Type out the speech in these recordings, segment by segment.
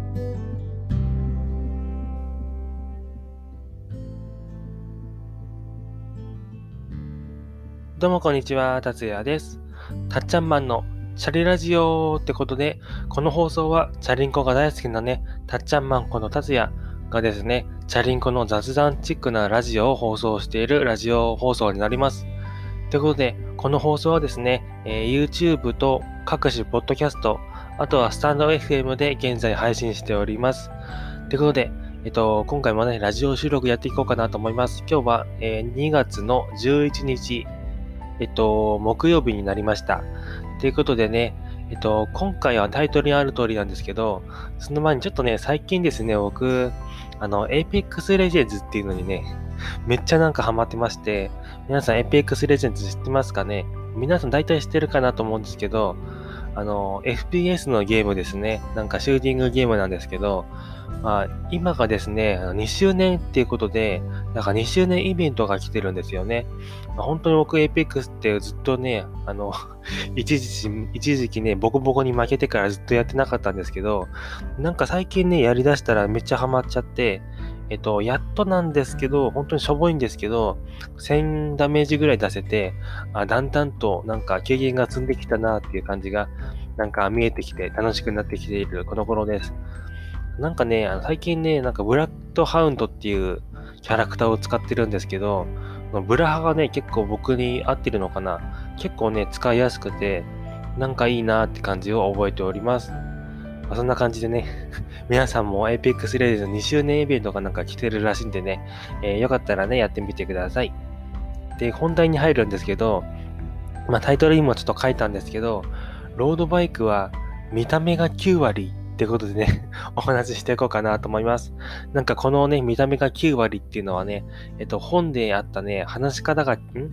どうもこんにちは、達也です。たっちゃんマンのチャリラジオってことで、この放送はチャリンコが大好きなね、たっちゃんマンこの達也がですね、チャリンコの雑談チックなラジオを放送しているラジオ放送になります。ということで、この放送はですね、YouTube と各種ポッドキャスト、あとはスタンド FM で現在配信しております。ということで、今回もね、ラジオ収録やっていこうかなと思います。今日は、2月の11日、木曜日になりました。ということでね、今回はタイトルにある通りなんですけど、その前にちょっとね、最近ですね、僕、Apex Legends っていうのにね、めっちゃハマってまして、皆さん Apex Legends 知ってますかね？皆さん大体知ってるかなと思うんですけど、FPS のゲームですね。シューティングゲームなんですけど、今がですね、2周年っていうことで、2周年イベントが来てるんですよね。本当に僕、Apex ってずっとね、一時期ね、ボコボコに負けてからずっとやってなかったんですけど、最近ね、やりだしたらめっちゃハマっちゃって、やっとなんですけど、本当にしょぼいんですけど、1000ダメージぐらい出せて、だんだんと経験が積んできたなっていう感じが、見えてきて楽しくなってきているこの頃です。最近ね、ブラッドハウンドっていうキャラクターを使ってるんですけど、ブラハがね、結構僕に合ってるのかな。結構ね、使いやすくて、いいなって感じを覚えております。そんな感じでね、皆さんも Apex Legends 2周年イベントが来てるらしいんでね、よかったらね、やってみてください。で、本題に入るんですけど、タイトルにもちょっと書いたんですけど、ロードバイクは見た目が9割ってことでね、お話ししていこうかなと思います。このね、見た目が9割っていうのはね、本であったね、話し方が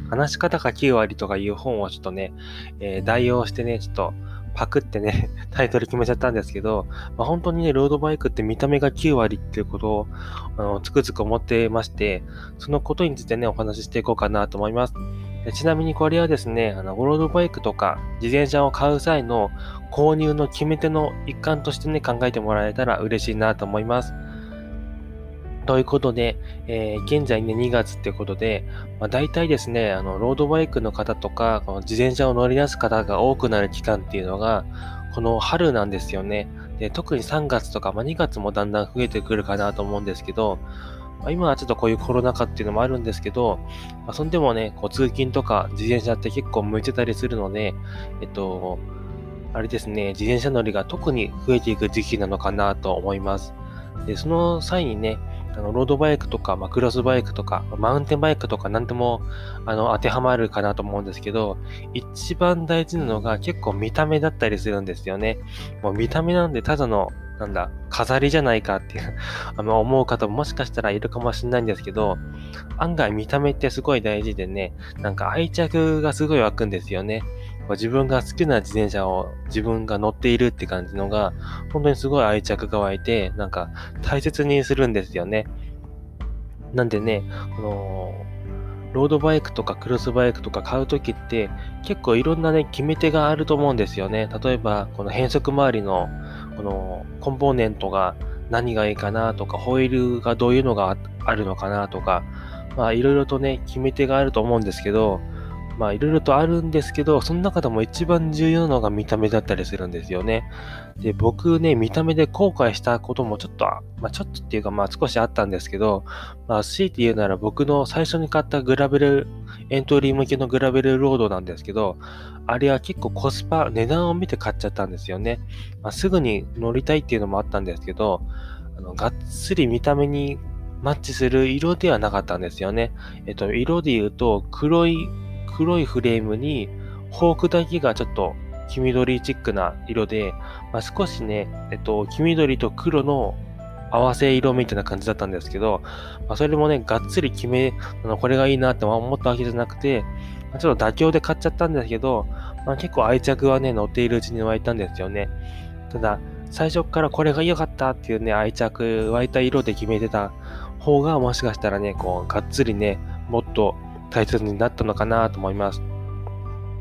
9割とかいう本をちょっとね、代用してね、ちょっとパクってね、タイトル決めちゃったんですけど、本当にね、ロードバイクって見た目が9割っていうことを、つくづく思ってまして、そのことについてね、お話ししていこうかなと思います。ちなみにこれはですね、ロードバイクとか自転車を買う際の購入の決め手の一環としてね、考えてもらえたら嬉しいなと思います。ということで、現在ね、2月ってことで、大体ですね、ロードバイクの方とか、この自転車を乗り出す方が多くなる期間っていうのが、この春なんですよね。で、特に3月とか、2月もだんだん増えてくるかなと思うんですけど、今はちょっとこういうコロナ禍っていうのもあるんですけど、そんでもね、こう通勤とか自転車って結構向いてたりするので、あれですね、自転車乗りが特に増えていく時期なのかなと思います。で、その際にね、ロードバイクとか、クロスバイクとか、マウンテンバイクとかなんでも、当てはまるかなと思うんですけど、一番大事なのが結構見た目だったりするんですよね。もう見た目なんでただの、飾りじゃないかっていう思う方ももしかしたらいるかもしれないんですけど、案外見た目ってすごい大事でね、愛着がすごい湧くんですよね。自分が好きな自転車を自分が乗っているって感じのが、本当にすごい愛着が湧いて、大切にするんですよね。なんでね、ロードバイクとかクロスバイクとか買うときって結構いろんなね、決め手があると思うんですよね。例えば、この変速周りのこのコンポーネントが何がいいかなとか、ホイールがどういうのがあるのかなとか、いろいろとね、決め手があると思うんですけど、いろいろとあるんですけど、その中でも一番重要なのが見た目だったりするんですよね。で、僕ね、見た目で後悔したこともちょっとっていうか少しあったんですけど、強いて言うなら僕の最初に買ったエントリー向けのグラベルロードなんですけど、あれは結構コスパ、値段を見て買っちゃったんですよね。すぐに乗りたいっていうのもあったんですけど、がっつり見た目にマッチする色ではなかったんですよね。色で言うと黒いフレームにフォークだけがちょっと黄緑チックな色で、少しね、黄緑と黒の合わせ色みたいな感じだったんですけど、それもね、がっつりこれがいいなって思ったわけじゃなくて、ちょっと妥協で買っちゃったんですけど、結構愛着はね、乗っているうちに湧いたんですよね。ただ、最初からこれが良かったっていうね、愛着湧いた色で決めてた方が、もしかしたらね、こう、がっつりね、もっと大切になったのかなと思います。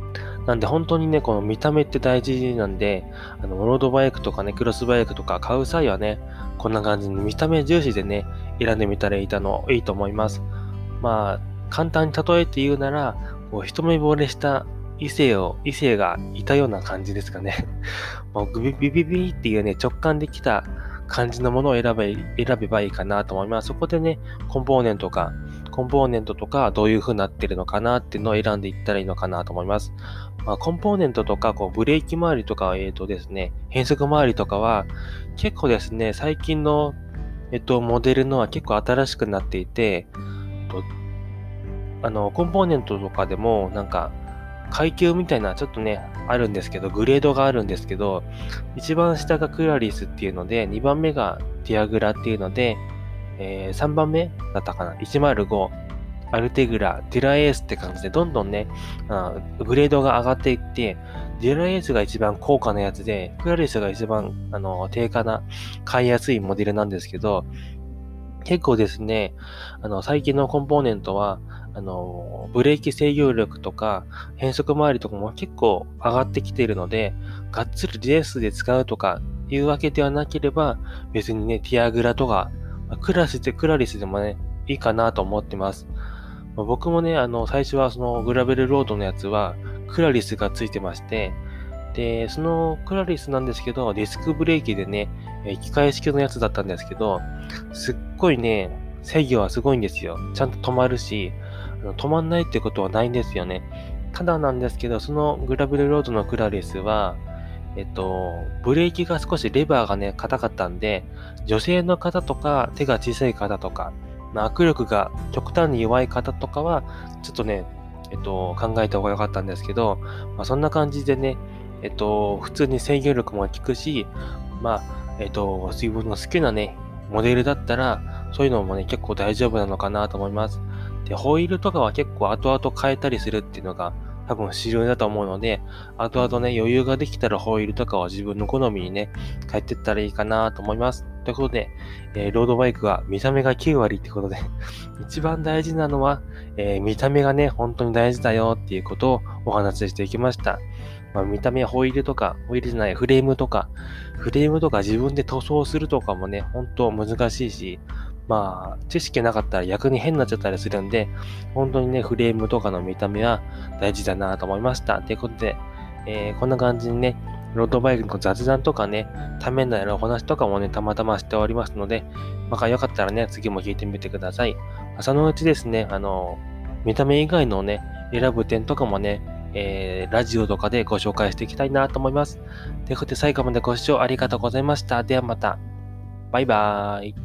なんで本当にね、この見た目って大事なんで、ロードバイクとかね、クロスバイクとか買う際はね、こんな感じに見た目重視でね、選んでみたらいいと思います。まあ、簡単に例えて言うなら、こう一目惚れした異性がいたような感じですかね。もうビビビビっていうね、直感できた感じのものを選べばいいかなと思います。そこでね、コンポーネントとかどういう風になってるのかなっていうのを選んでいったらいいのかなと思います。コンポーネントとか、ブレーキ周りとか、ですね、変速周りとかは、結構ですね、最近の、モデルのは結構新しくなっていて、とコンポーネントとかでも、なんか、階級みたいな、ちょっとね、あるんですけど、グレードがあるんですけど、一番下がクラリスっていうので、2番目がディアグラっていうので、3番目だったかな ?105、アルテグラ、デュラエースって感じで、どんどんね、グレードが上がっていって、デュラエースが一番高価なやつで、クラリスが一番、低価な、買いやすいモデルなんですけど、結構ですね、最近のコンポーネントは、ブレーキ制御力とか、変速周りとかも結構上がってきているので、がっつりレースで使うとかいうわけではなければ、別にね、ティアグラとか、クラリスでもね、いいかなと思ってます。僕もね、最初はそのグラベルロードのやつは、クラリスがついてまして、で、そのクラリスなんですけど、ディスクブレーキでね、機械式のやつだったんですけど、すっごいね、制御はすごいんですよ。ちゃんと止まるし、止まんないってことはないんですよね。ただなんですけど、そのグラベルロードのクラリスは、ブレーキが少しレバーがね、硬かったんで、女性の方とか、手が小さい方とか、握力が極端に弱い方とかは、ちょっとね、考えた方が良かったんですけど、そんな感じでね、普通に制御力も効くし、自分の好きなね、モデルだったら、そういうのもね、結構大丈夫なのかなと思います。で、ホイールとかは結構後々変えたりするっていうのが多分主流だと思うので、後々ね、余裕ができたらホイールとかは自分の好みにね、変えていったらいいかなと思います。ということで、ロードバイクは見た目が9割ってことで、一番大事なのは、見た目がね、本当に大事だよっていうことをお話ししていきました。見た目はホイールじゃない、フレームとか自分で塗装するとかもね、本当難しいし、知識なかったら逆に変になっちゃったりするんで、本当にね、フレームとかの見た目は大事だなと思いました。ということで、こんな感じにね、ロードバイクの雑談とかね、ためになるお話とかもね、たまたましておりますので、よかったらね、次も聞いてみてください。そのうちですね、見た目以外のね、選ぶ点とかもね、ラジオとかでご紹介していきたいなと思います。ということで最後までご視聴ありがとうございました。ではまた。バイバーイ。